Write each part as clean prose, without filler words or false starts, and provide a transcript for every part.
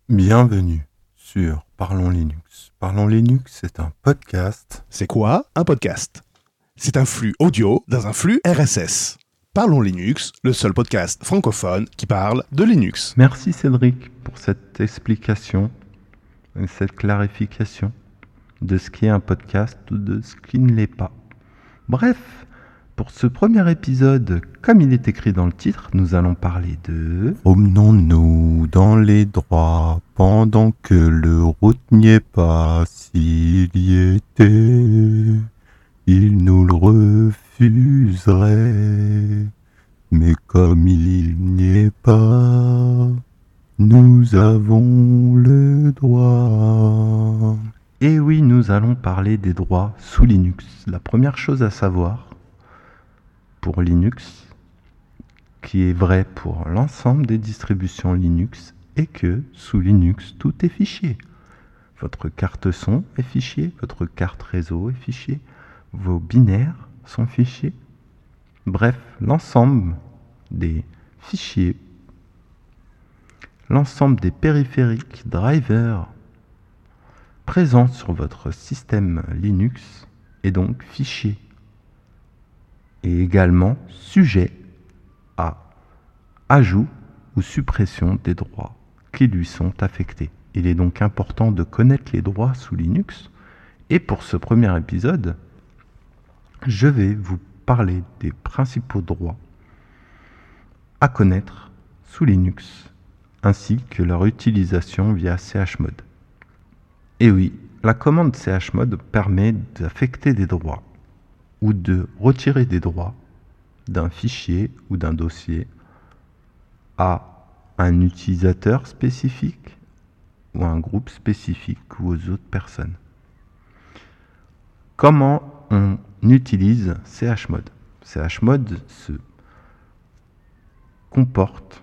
Bienvenue sur Parlons Linux. Parlons Linux, c'est un podcast. C'est quoi un podcast? C'est un flux audio dans un flux RSS. Parlons Linux, le seul podcast francophone qui parle de Linux. Merci Cédric pour cette explication, cette clarification de ce qui est un podcast ou de ce qui ne l'est pas. Bref, pour ce premier épisode, comme il est écrit dans le titre, nous allons parler de... Promenons-nous dans les droits pendant que le route n'y est pas. S'il y était, il nous le refuserait. Mais comme il n'y est pas, nous avons le droit. Et oui, nous allons parler des droits sous Linux. La première chose à savoir pour Linux, qui est vrai pour l'ensemble des distributions Linux, est que sous Linux, tout est fichier. Votre carte son est fichier, votre carte réseau est fichier, vos binaires sont fichiers. Bref, l'ensemble des fichiers, l'ensemble des périphériques, drivers présents sur votre système Linux est donc fichier et également sujet à ajout ou suppression des droits qui lui sont affectés. Il est donc important de connaître les droits sous Linux et pour ce premier épisode, je vais vous parler des principaux droits à connaître sous Linux ainsi que leur utilisation via chmod. Et oui, la commande chmod permet d'affecter des droits ou de retirer des droits d'un fichier ou d'un dossier à un utilisateur spécifique ou à un groupe spécifique ou aux autres personnes. Comment on utilise chmod? Chmod se comporte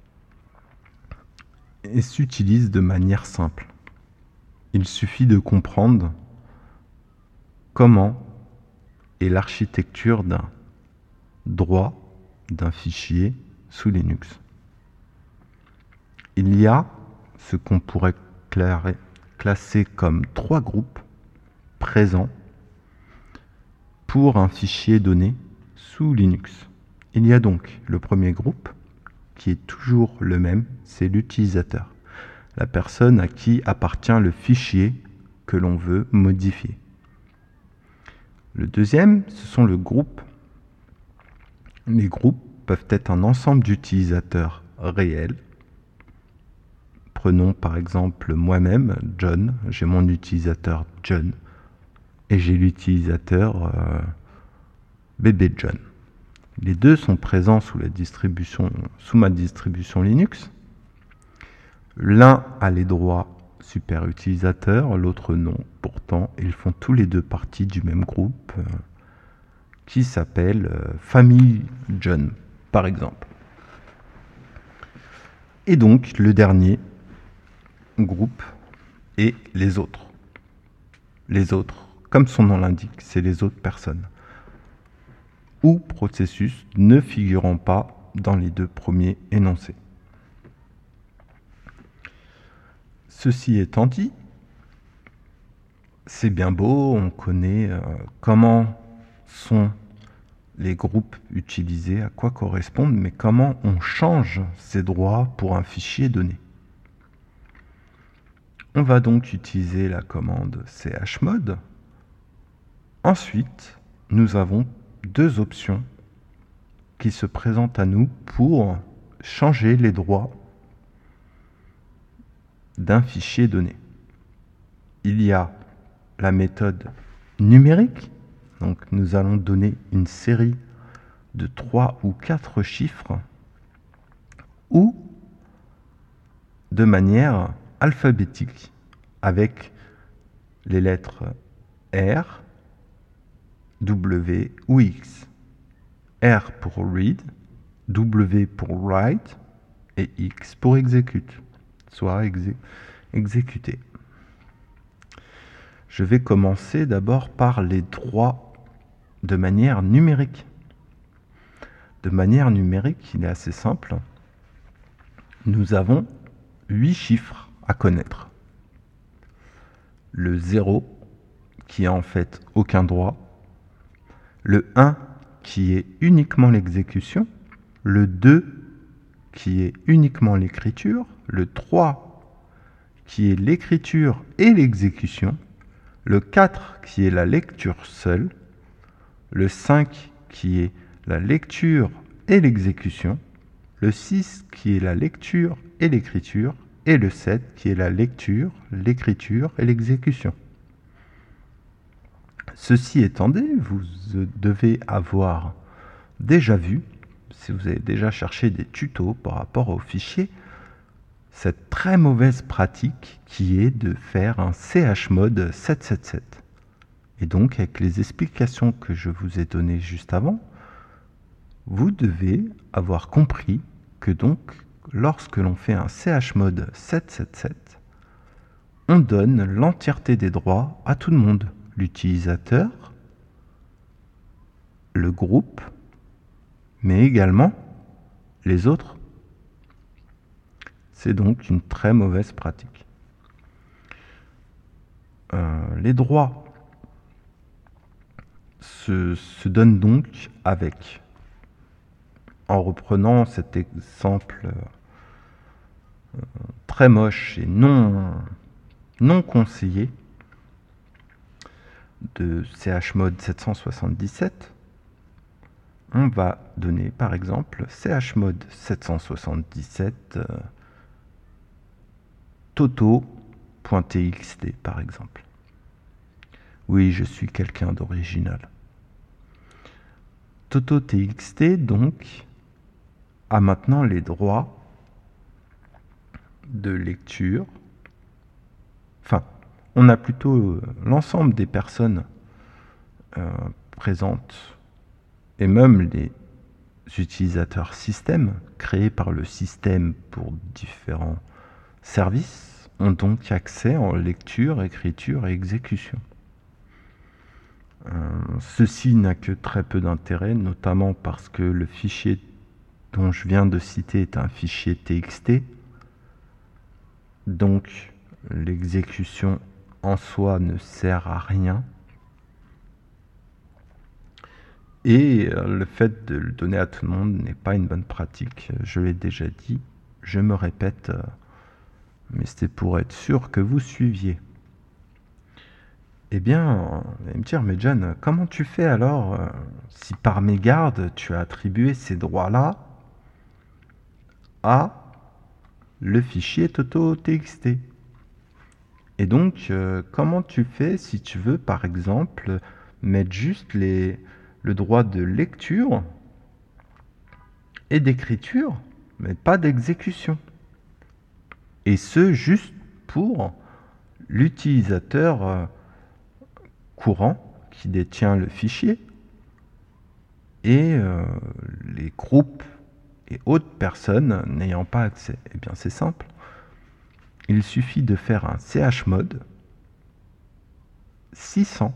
et s'utilise de manière simple. Il suffit de comprendre comment est l'architecture d'un droit d'un fichier sous Linux. Il y a ce qu'on pourrait classer comme 3 groupes présents pour un fichier donné sous Linux. Il y a donc le premier groupe qui est toujours le même, c'est l'utilisateur, la personne à qui appartient le fichier que l'on veut modifier. Le deuxième, ce sont le groupe. Les groupes peuvent être un ensemble d'utilisateurs réels. Prenons par exemple moi-même, John. J'ai mon utilisateur John et j'ai l'utilisateur bébé John. Les deux sont présents sous ma distribution Linux. L'un a les droits super utilisateur, l'autre non. Pourtant, ils font tous les deux partie du même groupe qui s'appelle Famille John, par exemple. Et donc, le dernier groupe est les autres. Les autres, comme son nom l'indique, c'est les autres personnes ou processus ne figurant pas dans les deux premiers énoncés. Ceci étant dit, c'est bien beau, on connaît comment sont les groupes utilisés, à quoi correspondent, mais comment on change ces droits pour un fichier donné. On va donc utiliser la commande chmod. Ensuite, nous avons 2 options qui se présentent à nous pour changer les droits d'un fichier donné. Il y a la méthode numérique, donc nous allons donner une série de 3 ou 4 chiffres ou de manière alphabétique avec les lettres R, W ou X. R pour read, W pour write et X pour execute, soit exécuter. Je vais commencer d'abord par les droits de manière numérique. De manière numérique, il est assez simple. Nous avons 8 chiffres à connaître. Le 0 qui a en fait aucun droit, le 1 qui est uniquement l'exécution, le 2 qui est uniquement l'écriture, le 3 qui est l'écriture et l'exécution, le 4 qui est la lecture seule, le 5 qui est la lecture et l'exécution, le 6 qui est la lecture et l'écriture, et le 7 qui est la lecture, l'écriture et l'exécution. Ceci étant dit, vous devez avoir déjà vu, si vous avez déjà cherché des tutos par rapport au fichier, cette très mauvaise pratique qui est de faire un chmod 777. Et donc, avec les explications que je vous ai données juste avant, vous devez avoir compris que donc, lorsque l'on fait un chmod 777, on donne l'entièreté des droits à tout le monde. L'utilisateur, le groupe, mais également les autres. C'est donc une très mauvaise pratique. Les droits se donnent donc avec, en reprenant cet exemple très moche et non conseillé de chmod 777, on va donner par exemple chmod 777 toto.txt par exemple. Oui, je suis quelqu'un d'original. Toto.txt donc a maintenant les droits de lecture. Enfin, on a plutôt l'ensemble des personnes présentes et même les utilisateurs système créés par le système pour différents services ont donc accès en lecture, écriture et exécution. Ceci n'a que très peu d'intérêt, notamment parce que le fichier dont je viens de citer est un fichier TXT. Donc l'exécution en soi ne sert à rien. Et le fait de le donner à tout le monde n'est pas une bonne pratique. Je l'ai déjà dit, je me répète, mais c'était pour être sûr que vous suiviez. Eh bien, vous allez me dire, mais John, comment tu fais alors si par mégarde tu as attribué ces droits-là à le fichier toto.txt? Et donc, comment tu fais si tu veux, par exemple, mettre juste le droit de lecture et d'écriture, mais pas d'exécution? Et ce, juste pour l'utilisateur courant qui détient le fichier et les groupes et autres personnes n'ayant pas accès. Eh bien, c'est simple. Il suffit de faire un chmod 600,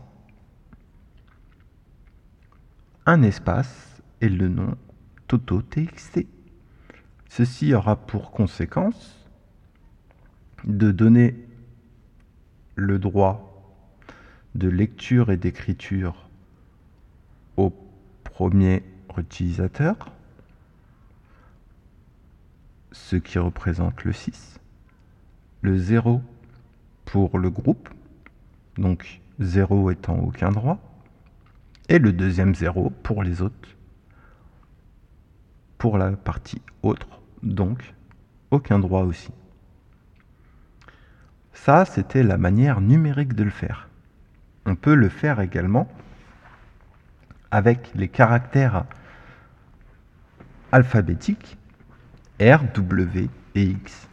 un espace et le nom toto.txt. Ceci aura pour conséquence de donner le droit de lecture et d'écriture au premier utilisateur, ce qui représente le 6, le 0 pour le groupe, donc 0 étant aucun droit, et le deuxième 0 pour les autres, pour la partie autre, donc aucun droit aussi. Ça, c'était la manière numérique de le faire. On peut le faire également avec les caractères alphabétiques R, W et X.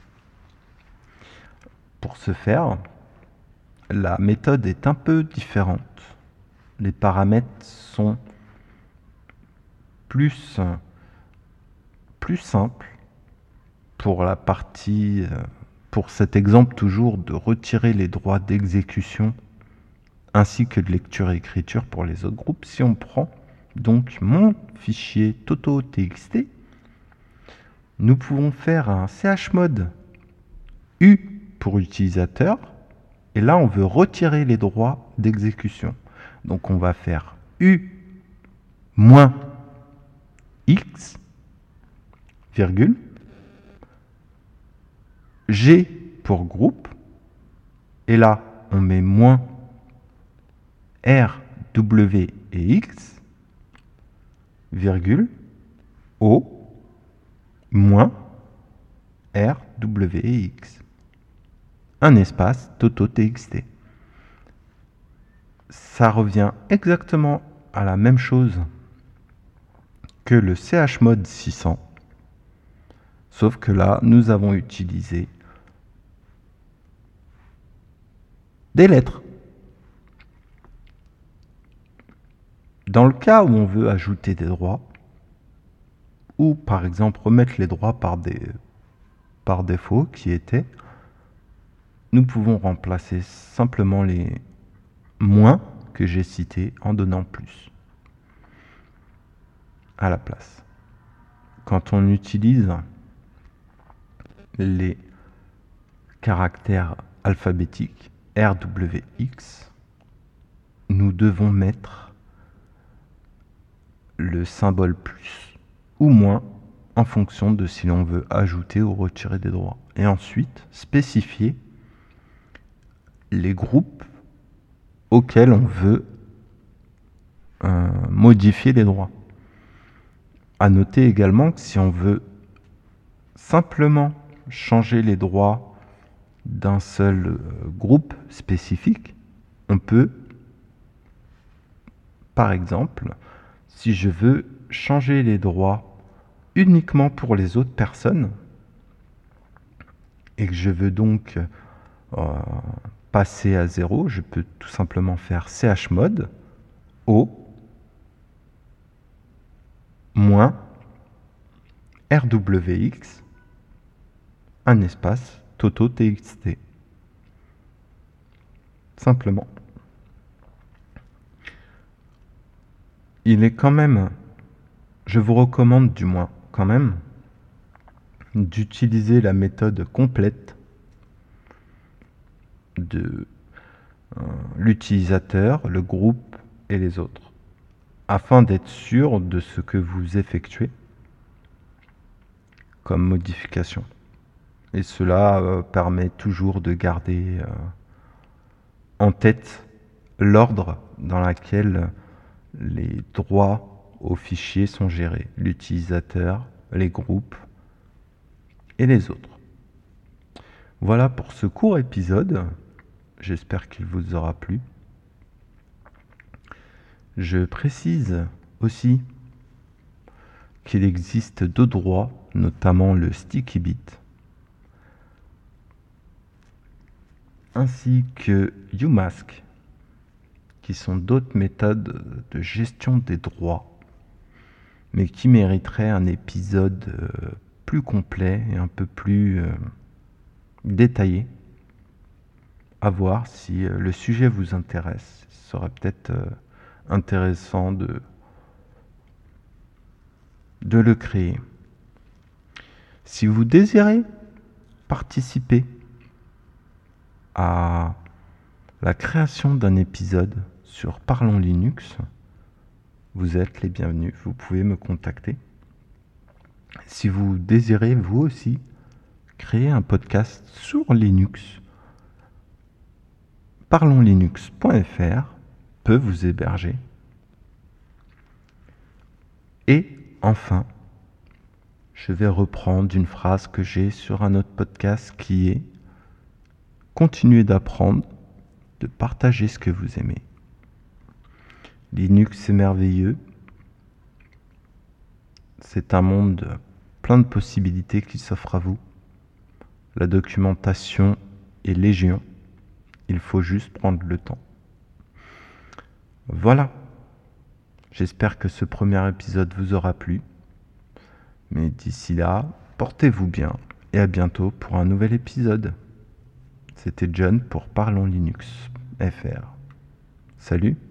Pour ce faire, la méthode est un peu différente. Les paramètres sont plus simples pour la partie, pour cet exemple toujours, de retirer les droits d'exécution ainsi que de lecture et écriture pour les autres groupes. Si on prend donc mon fichier toto.txt, nous pouvons faire un chmod U pour utilisateur. Et là, on veut retirer les droits d'exécution. Donc, on va faire U moins X, virgule, G pour groupe. Et là, on met moins R, W et X, virgule, O, moins R, W et X. Un espace toto.txt. Ça revient exactement à la même chose que le chmod 600, sauf que là, nous avons utilisé des lettres. Dans le cas où on veut ajouter des droits, ou par exemple remettre les droits par défaut qui étaient, nous pouvons remplacer simplement les moins que j'ai cités en donnant plus à la place. Quand on utilise les caractères alphabétiques RWX, nous devons mettre le symbole plus ou moins en fonction de si l'on veut ajouter ou retirer des droits. Et ensuite, spécifier les groupes auxquels on veut modifier les droits. À noter également que si on veut simplement changer les droits d'un seul groupe spécifique, on peut, par exemple, si je veux changer les droits uniquement pour les autres personnes et que je veux donc passer à 0, je peux tout simplement faire chmod O moins RWX, un espace toto.txt. Simplement. Il est quand même, je vous recommande du moins quand même, d'utiliser la méthode complète de l'utilisateur, le groupe et les autres, afin d'être sûr de ce que vous effectuez comme modification. Et cela permet toujours de garder en tête l'ordre dans lequel les droits aux fichiers sont gérés, l'utilisateur, les groupes et les autres. Voilà pour ce court épisode. J'espère qu'il vous aura plu. Je précise aussi qu'il existe d'autres droits, notamment le sticky bit, ainsi que umask, qui sont d'autres méthodes de gestion des droits, mais qui mériteraient un épisode plus complet et un peu plus détaillé. À voir si le sujet vous intéresse. Ce serait peut-être intéressant de le créer. Si vous désirez participer à la création d'un épisode sur Parlons Linux, vous êtes les bienvenus, vous pouvez me contacter. Si vous désirez vous aussi créer un podcast sur Linux, parlonslinux.fr peut vous héberger. Et enfin, je vais reprendre une phrase que j'ai sur un autre podcast qui est « Continuez d'apprendre, de partager ce que vous aimez ». Linux est merveilleux. C'est un monde plein de possibilités qui s'offre à vous. La documentation est légion. Il faut juste prendre le temps. Voilà. J'espère que ce premier épisode vous aura plu. Mais d'ici là, portez-vous bien et à bientôt pour un nouvel épisode. C'était John pour Parlons Linux FR. Salut!